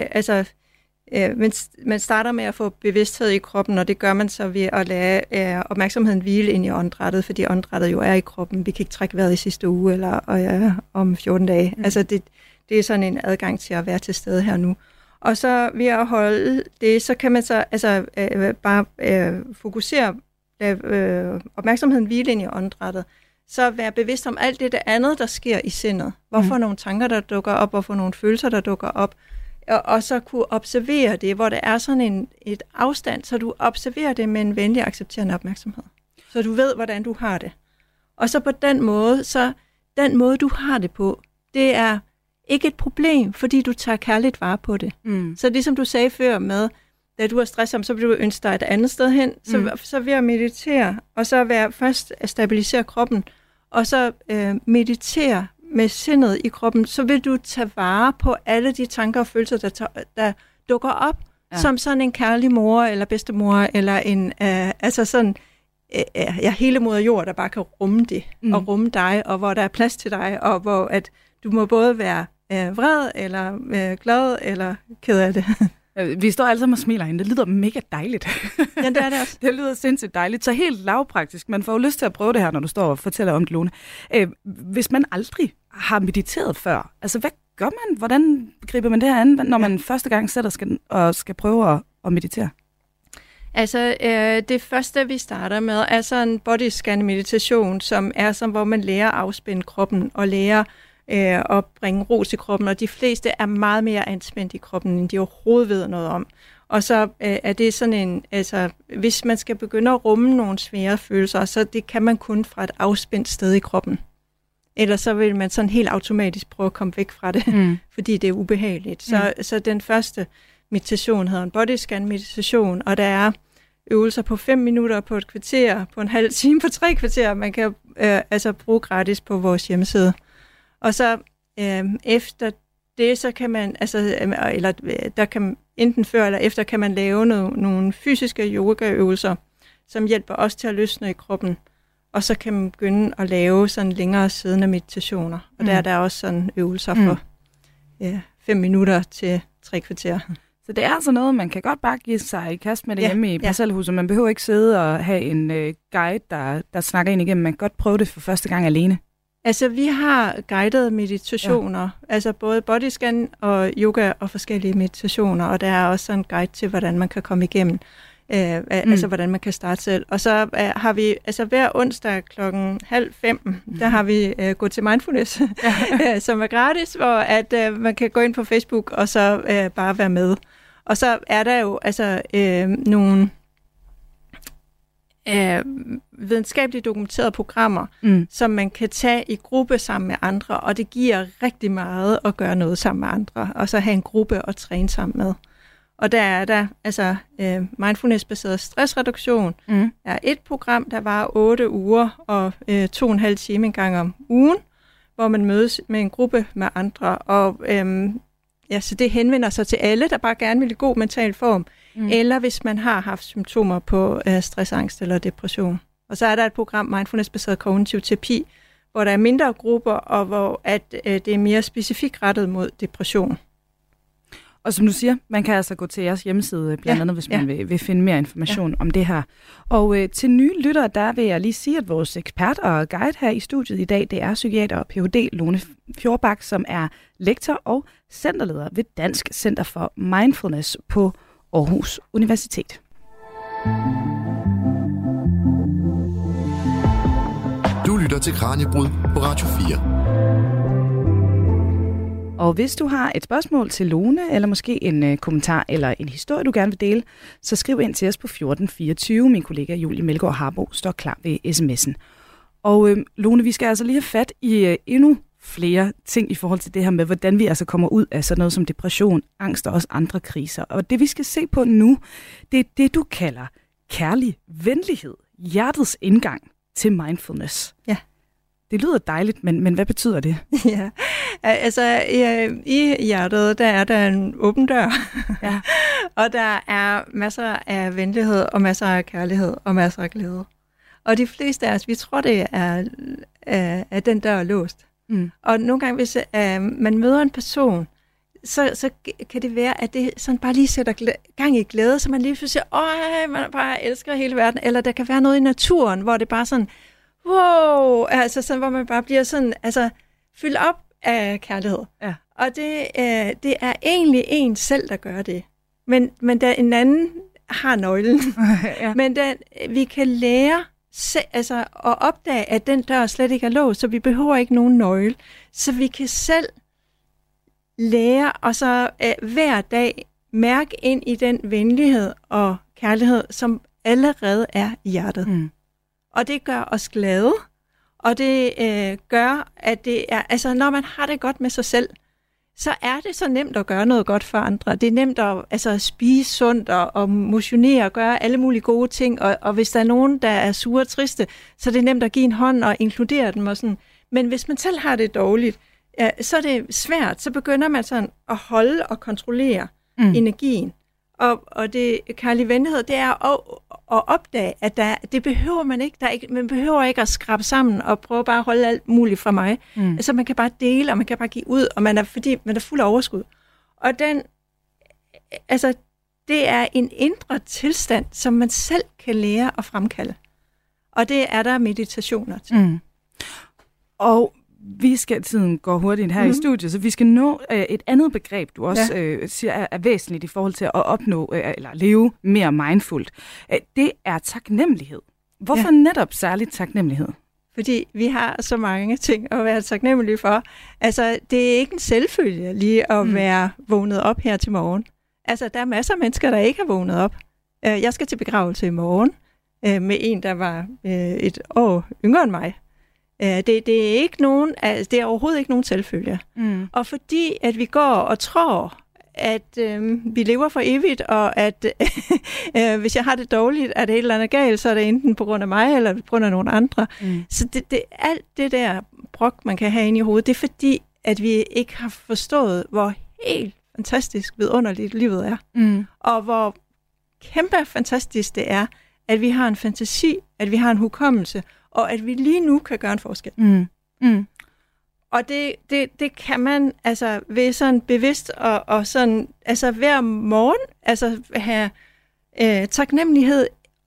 man starter med at få bevidsthed i kroppen, og det gør man så ved at lade opmærksomheden hvile ind i åndedrættet, fordi åndedrættet jo er i kroppen. Vi kan ikke trække vejret i sidste uge eller om 14 dage. Altså det er sådan en adgang til at være til stede her nu. Og så ved at holde det, så kan man så bare fokusere opmærksomheden hvile ind i åndedrættet. Så være bevidst om alt det andet, der sker i sindet. Hvorfor nogle tanker, der dukker op, hvorfor nogle følelser, der dukker op. Og så kunne observere det, hvor der er sådan et afstand, så du observerer det med en venlig accepterende opmærksomhed. Så du ved, hvordan du har det. Og så på den måde, du har det på, det er ikke et problem, fordi du tager kærligt vare på det. Så ligesom du sagde før med, da du er stresset, så vil du ønske dig et andet sted hen. Så ved at meditere, og så først at stabilisere kroppen, og så meditere med sindet i kroppen, så vil du tage vare på alle de tanker og følelser, der dukker op, som sådan en kærlig mor eller bedstemor, eller en hele moder jord, der bare kan rumme det, og rumme dig, og hvor der er plads til dig, og hvor at du må både være vred, eller glad, eller ked af det. Vi står alle sammen og smiler hende. Det lyder mega dejligt. Ja, det er det også. Det lyder sindssygt dejligt. Så helt lavpraktisk. Man får jo lyst til at prøve det her, når du står og fortæller om det, Lone. Hvis man aldrig har mediteret før, altså hvad gør man? Hvordan griber man det her an, når man første gang skal prøve at meditere? Altså, det første, vi starter med, er sådan en bodyscan-meditation, som er sådan, hvor man lærer at afspænde kroppen og lærer at bringe ro til kroppen, og de fleste er meget mere anspændt i kroppen, end de overhovedet ved noget om. Og så er det sådan hvis man skal begynde at rumme nogle svære følelser, så det kan man kun fra et afspændt sted i kroppen. Ellers så vil man sådan helt automatisk prøve at komme væk fra det, fordi det er ubehageligt. Så den første meditation hedder en bodyscan-meditation, og der er øvelser på 5 minutter, på et kvarter, på en halv time, på 3 kvarter, man kan bruge gratis på vores hjemmeside. Og så efter det, så kan man, der kan enten før eller efter, kan man lave nogle fysiske yogaøvelser, som hjælper os til at løsne i kroppen. Og så kan man begynde at lave sådan længere siddende meditationer. Og der er der også sådan øvelser for 5 minutter til 3 kvarter. Så det er altså noget, man kan godt bare give sig i kast med det hjemme i parcelhuset. Man behøver ikke sidde og have en guide, der snakker ind igennem. Man kan godt prøve det for første gang alene. Altså, vi har guidede meditationer, altså både bodyscan og yoga og forskellige meditationer, og der er også en guide til, hvordan man kan komme igennem, altså hvordan man kan starte selv. Og så har vi, altså hver onsdag 4:30, der har vi gået til mindfulness, som er gratis, hvor at man kan gå ind på Facebook og så bare være med. Og så er der jo altså nogle videnskabeligt dokumenterede programmer, som man kan tage i gruppe sammen med andre, og det giver rigtig meget at gøre noget sammen med andre, og så have en gruppe at træne sammen med. Og der er der altså mindfulness-baseret stressreduktion er et program, der varer 8 uger og 2,5 timer en gang om ugen, hvor man mødes med en gruppe med andre, og så det henvender sig til alle, der bare gerne vil i god mental form, eller hvis man har haft symptomer på stress, angst eller depression. Og så er der et program, mindfulness-baseret kognitiv terapi, hvor der er mindre grupper, og hvor det er mere specifikt rettet mod depression. Og som du siger, man kan altså gå til jeres hjemmeside, blandt andet, hvis man vil finde mere information om det her. Og til nye lyttere, der vil jeg lige sige, at vores ekspert og guide her i studiet i dag, det er psykiater og Ph.D. Lone Fjordbak, som er lektor og centerleder ved Dansk Center for Mindfulness på Aarhus Universitet. Du lytter til Kraniebrud på Radio 4. Og hvis du har et spørgsmål til Lone, eller måske en kommentar eller en historie, du gerne vil dele, så skriv ind til os på 1424. Min kollega Julie Melgaard Harbo står klar ved sms'en. Og Lone, vi skal altså lige have fat i endnu flere ting i forhold til det her med, hvordan vi altså kommer ud af sådan noget som depression, angst og også andre kriser. Og det vi skal se på nu, det er det, du kalder kærlig venlighed, hjertets indgang til mindfulness. Ja. Det lyder dejligt, men hvad betyder det? Ja, altså i hjertet, der er der en åben dør, og der er masser af venlighed og masser af kærlighed og masser af glæde. Og de fleste af os, vi tror, det er den dør er låst. Og nogle gange, hvis man møder en person, så kan det være, at det sådan bare lige sætter gang i glæde, så man lige pludselig siger, man bare elsker hele verden. Eller der kan være noget i naturen, hvor det bare sådan, wow, altså sådan, hvor man bare bliver sådan, altså fyldt op af kærlighed. Ja. Og det er egentlig en selv, der gør det. Men der en anden har nøglen. Ja. Men vi kan lære at opdage, at den dør slet ikke er låst, så vi behøver ikke nogen nøgle. Så vi kan selv lære, og så hver dag mærke ind i den venlighed og kærlighed, som allerede er i hjertet. Mm. Og det gør os glade, og det gør, at det er, altså når man har det godt med sig selv, så er det så nemt at gøre noget godt for andre. Det er nemt at spise sundt og motionere og gøre alle mulige gode ting. Og hvis der er nogen, der er sure og triste, så er det nemt at give en hånd og inkludere dem. Og sådan. Men hvis man selv har det dårligt, så er det svært. Så begynder man sådan at holde og kontrollere energien. Og det kærlige venlighed, det er at opdage, at det behøver man ikke. Man behøver ikke at skrabe sammen og prøve bare at holde alt muligt fra mig. Altså man kan bare dele, og man kan bare give ud, og fordi man er fuld af overskud. Og det er en indre tilstand, som man selv kan lære at fremkalde. Og det er der meditationer til. Mm. Og tiden går hurtigt her i studiet, så vi skal nå et andet begreb, du også siger er væsentligt i forhold til at opnå eller leve mere mindfuldt. Det er taknemmelighed. Hvorfor netop særligt taknemmelighed? Fordi vi har så mange ting at være taknemmelige for. Altså, det er ikke en selvfølge lige at være vågnet op her til morgen. Altså, der er masser af mennesker, der ikke har vågnet op. Jeg skal til begravelse i morgen med en, der var et år yngre end mig. Det er ikke nogen, altså, det er overhovedet ikke nogen selvfølge. Og fordi at vi går og tror, at vi lever for evigt, og at hvis jeg har det dårligt, er det et eller andet galt, så er det enten på grund af mig, eller på grund af nogen andre. Så alt det der brok, man kan have inde i hovedet, det er fordi, at vi ikke har forstået, hvor helt fantastisk vidunderligt livet er. Og hvor kæmpe fantastisk det er, at vi har en fantasi, at vi har en hukommelse, og at vi lige nu kan gøre en forskel. Og det kan man altså ved sådan bevidst og sådan, altså hver morgen, altså have taknemmelighed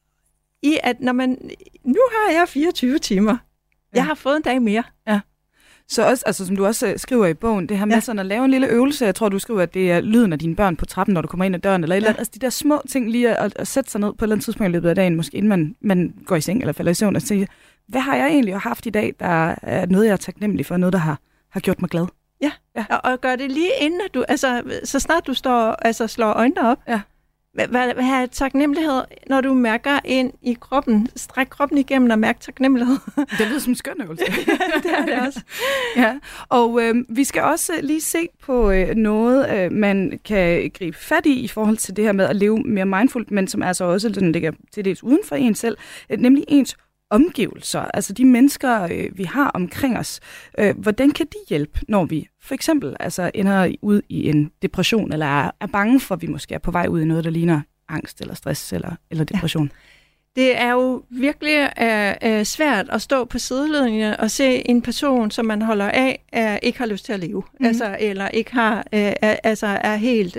i, at når nu har jeg 24 timer. Jeg har fået en dag mere. Ja. Så også, altså som du også skriver i bogen, det her med sådan at lave en lille øvelse, jeg tror du skriver, at det er lyden af dine børn på trappen, når du kommer ind ad døren, eller et eller andet, altså de der små ting lige at sætte sig ned på et eller andet tidspunkt i løbet af dagen, måske inden man går i seng eller falder i søvn, og sige, hvad har jeg egentlig haft i dag, der er noget, jeg er taknemmelig for, noget, der har gjort mig glad? Ja. Og gør det lige inden, at du, altså så snart du slår øjnene op. Ja. Hvad har taknemmelighed, når du mærker ind i kroppen, stræk kroppen igennem og mærk taknemmelighed? Det lyder som en skøn øvelse. Det er det også. Ja. Og vi skal også lige se på noget, man kan gribe fat i forhold til det her med at leve mere mindfuldt, men som altså også sådan, ligger til dels uden for en selv, nemlig ens omgivelser, altså de mennesker, vi har omkring os. Hvordan kan de hjælpe, når vi for eksempel ender ud i en depression, eller er bange for, at vi måske er på vej ud i noget, der ligner angst eller stress eller depression? Ja. Det er jo virkelig svært at stå på sidelinjen og se en person, som man holder af, ikke har lyst til at leve, eller ikke har, er helt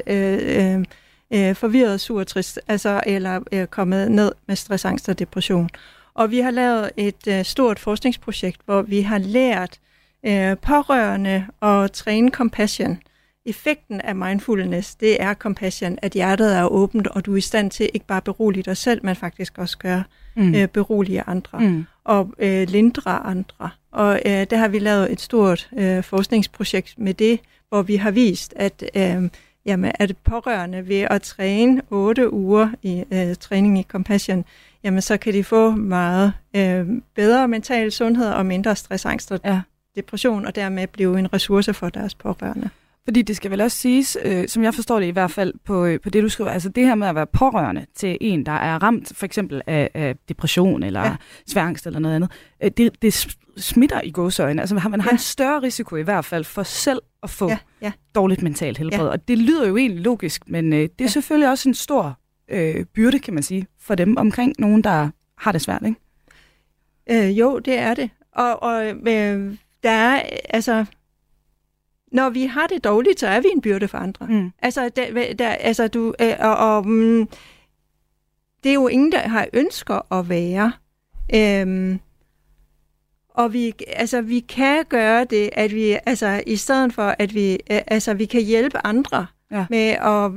forvirret, sur og trist, eller kommet ned med stress, angst og depression. Og vi har lavet et stort forskningsprojekt, hvor vi har lært pårørende at træne compassion. Effekten af mindfulness, det er compassion, at hjertet er åbent, og du er i stand til ikke bare berolige dig selv, men faktisk også gøre berolige andre og lindre andre. Og der har vi lavet et stort forskningsprojekt med det, hvor vi har vist, at pårørende ved at træne 8 uger i træning i compassion, jamen så kan de få meget bedre mental sundhed og mindre stress, angst og depression, og dermed blive en ressource for deres pårørende. Fordi det skal vel også siges, som jeg forstår det i hvert fald på det, du skriver, altså det her med at være pårørende til en, der er ramt for eksempel af depression eller svær angst eller noget andet, det smitter i gåseøjne. Altså man har en større risiko i hvert fald for selv at få dårligt mentalt helbred. Og det lyder jo egentlig logisk, men det er selvfølgelig også en stor byrde, kan man sige, for dem omkring nogen, der har det svært, ikke? Jo, det er det. Og der er, altså, når vi har det dårligt, så er vi en byrde for andre. Det er jo ingen, der har ønsker at være. Og vi kan gøre det, at vi, i stedet for, at vi kan hjælpe andre med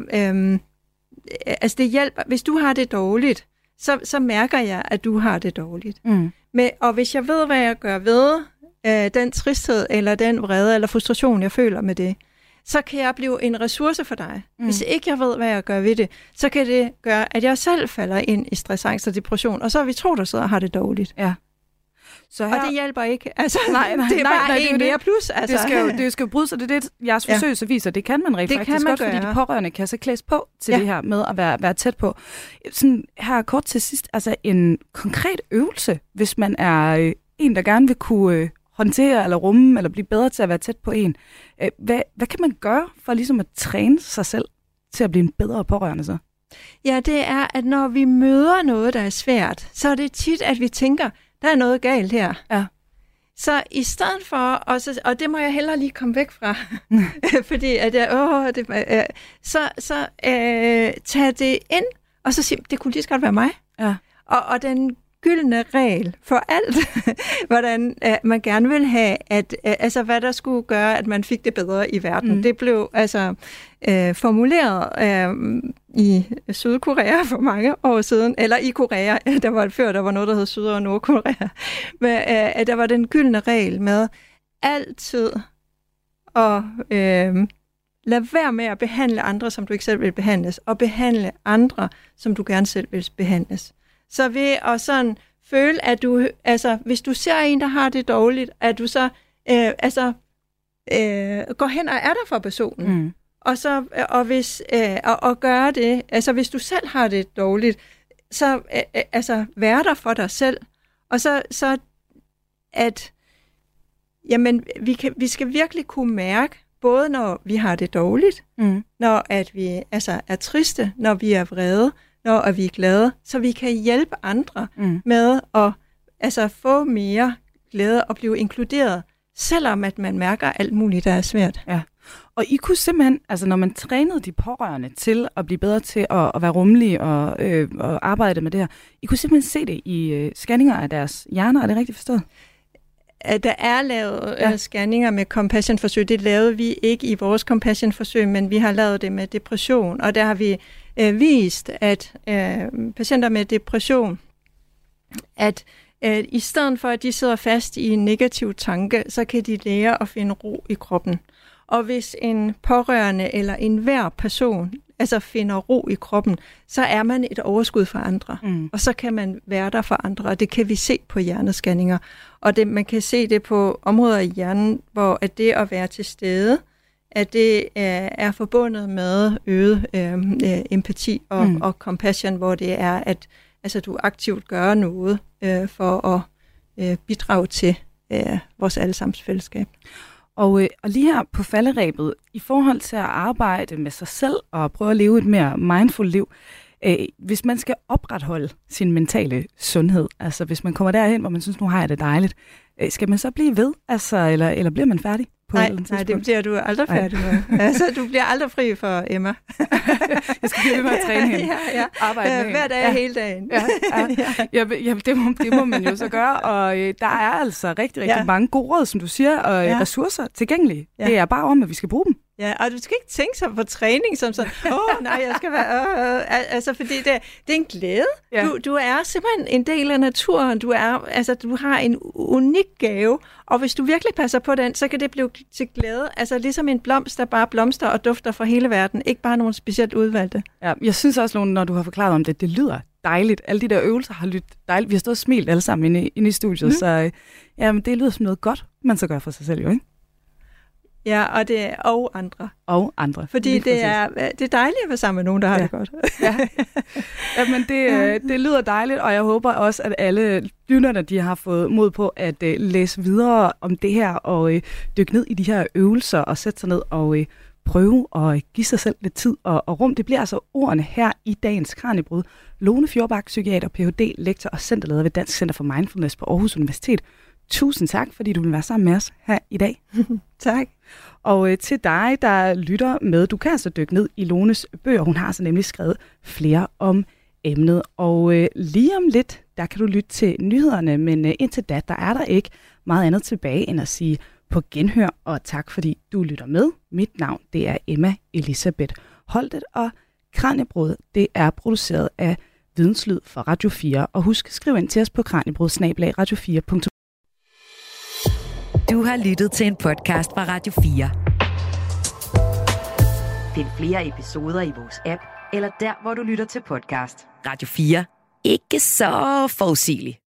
at, det hjælper, hvis du har det dårligt, så mærker jeg, at du har det dårligt. Og hvis jeg ved, hvad jeg gør ved den tristhed, eller den vrede, eller frustration, jeg føler med det, så kan jeg blive en ressource for dig. Hvis ikke jeg ved, hvad jeg gør ved det, så kan det gøre, at jeg selv falder ind i stress, angst og depression, og så er vi to, der sidder og har det dårligt. Ja. Så her... Og det hjælper ikke. Nej, det er bare en mere plus. Det skal jo bryde sig. Det er det, jeres forsøg så viser. Det kan man rent faktisk godt, fordi de pårørende kan så klædes på til det her med at være tæt på. Sådan her kort til sidst, en konkret øvelse, hvis man er en, der gerne vil kunne håndtere eller rumme, eller blive bedre til at være tæt på en. Hvad kan man gøre for ligesom at træne sig selv til at blive en bedre pårørende så? Ja, det er, at når vi møder noget, der er svært, så er det tit, at vi tænker, der er noget galt her. Ja. Så i stedet for, og det må jeg hellere lige komme væk fra, fordi at tag det ind, og så sige, det kunne lige så godt være mig. Ja. Og den gyldne regel for alt, hvordan man gerne vil have, at hvad der skulle gøre, at man fik det bedre i verden. Det blev formuleret i Sydkorea for mange år siden, eller i Korea, der var noget, der hed Syd- og Nordkorea, men der var den gyldne regel med altid at lade være med at behandle andre, som du ikke selv vil behandles, og behandle andre, som du gerne selv vil behandles. Så ved at sådan føle, at du, hvis du ser en, der har det dårligt, at du så går hen og er der for personen. Og gøre det, hvis du selv har det dårligt, så vær der for dig selv. Og så at vi skal virkelig kunne mærke, både når vi har det dårligt, når at vi er triste, når vi er vrede, når vi er glade, så vi kan hjælpe andre med at få mere glæde og blive inkluderet, selvom at man mærker alt muligt, der er svært. Ja. Og I kunne simpelthen, når man trænede de pårørende til at blive bedre til at være rummelige og arbejde med det her, I kunne simpelthen se det i scanninger af deres hjerner, er det rigtigt forstået? Der er lavet scanninger med compassion-forsøg. Det lavede vi ikke i vores compassion-forsøg, men vi har lavet det med depression, og der har vi vist, at patienter med depression, at i stedet for, at de sidder fast i en negativ tanke, så kan de lære at finde ro i kroppen. Og hvis en pårørende eller enhver person finder ro i kroppen, så er man et overskud for andre. Og så kan man være der for andre, og det kan vi se på hjernescanninger. Og man kan se det på områder i hjernen, hvor at det at være til stede, at det er forbundet med øget empati og compassion, hvor det er, at du aktivt gør noget for at bidrage til vores allesammens fællesskab. Og lige her på falderebet, i forhold til at arbejde med sig selv og prøve at leve et mere mindful liv, hvis man skal opretholde sin mentale sundhed, hvis man kommer derhen, hvor man synes, nu har jeg det dejligt, skal man så blive ved, eller bliver man færdig? Nej, det bliver du aldrig færdig med. Du bliver aldrig fri for Emma. Jeg skal blive ved med at træne hende. Arbejde med hver dag, hele dagen. Det må man jo så gøre, og der er altså rigtig mange gode råd, som du siger, og ressourcer tilgængelige. Ja. Det er bare om, at vi skal bruge dem. Ja, og du skal ikke tænke sig på træning som sådan, jeg skal være, fordi det er en glæde. Ja. Du er simpelthen en del af naturen. Du har en unik gave, og hvis du virkelig passer på den, så kan det blive til glæde. Ligesom en blomst, der bare blomster og dufter fra hele verden, ikke bare nogen specielt udvalgte. Ja, jeg synes også, når du har forklaret om det lyder dejligt. Alle de der øvelser har lyttet dejligt. Vi har stået og smilt alle sammen inde i studiet, så det lyder som noget godt, man så gør for sig selv jo, ikke? Ja, og andre. Og andre. Fordi det er dejligt at være sammen med nogen, der har det godt. Men det lyder dejligt, og jeg håber også, at alle lytterne, de har fået mod på at læse videre om det her, og dykke ned i de her øvelser, og sætte sig ned og prøve at give sig selv lidt tid og rum. Det bliver altså ordene her i dagens Kraniebrud. Lone Fjordbak, psykiater, Ph.D., lektor og centerleder ved Dansk Center for Mindfulness på Aarhus Universitet. Tusind tak, fordi du vil være sammen med os her i dag. Tak. Og til dig, der lytter med, du kan altså dykke ned i Lones bøger. Hun har så nemlig skrevet flere om emnet. Og lige om lidt, der kan du lytte til nyhederne, men indtil da, der er der ikke meget andet tilbage end at sige på genhør, og tak fordi du lytter med. Mit navn, det er Emma Elisabeth Holtet, og Kraniebrud, det er produceret af Videnslyd for Radio 4. Og husk, skriv ind til os på kraniebrud@radio4.dk. Du har lyttet til en podcast fra Radio 4. Find flere episoder i vores app, eller der, hvor du lytter til podcast. Radio 4. Ikke så forudsigeligt.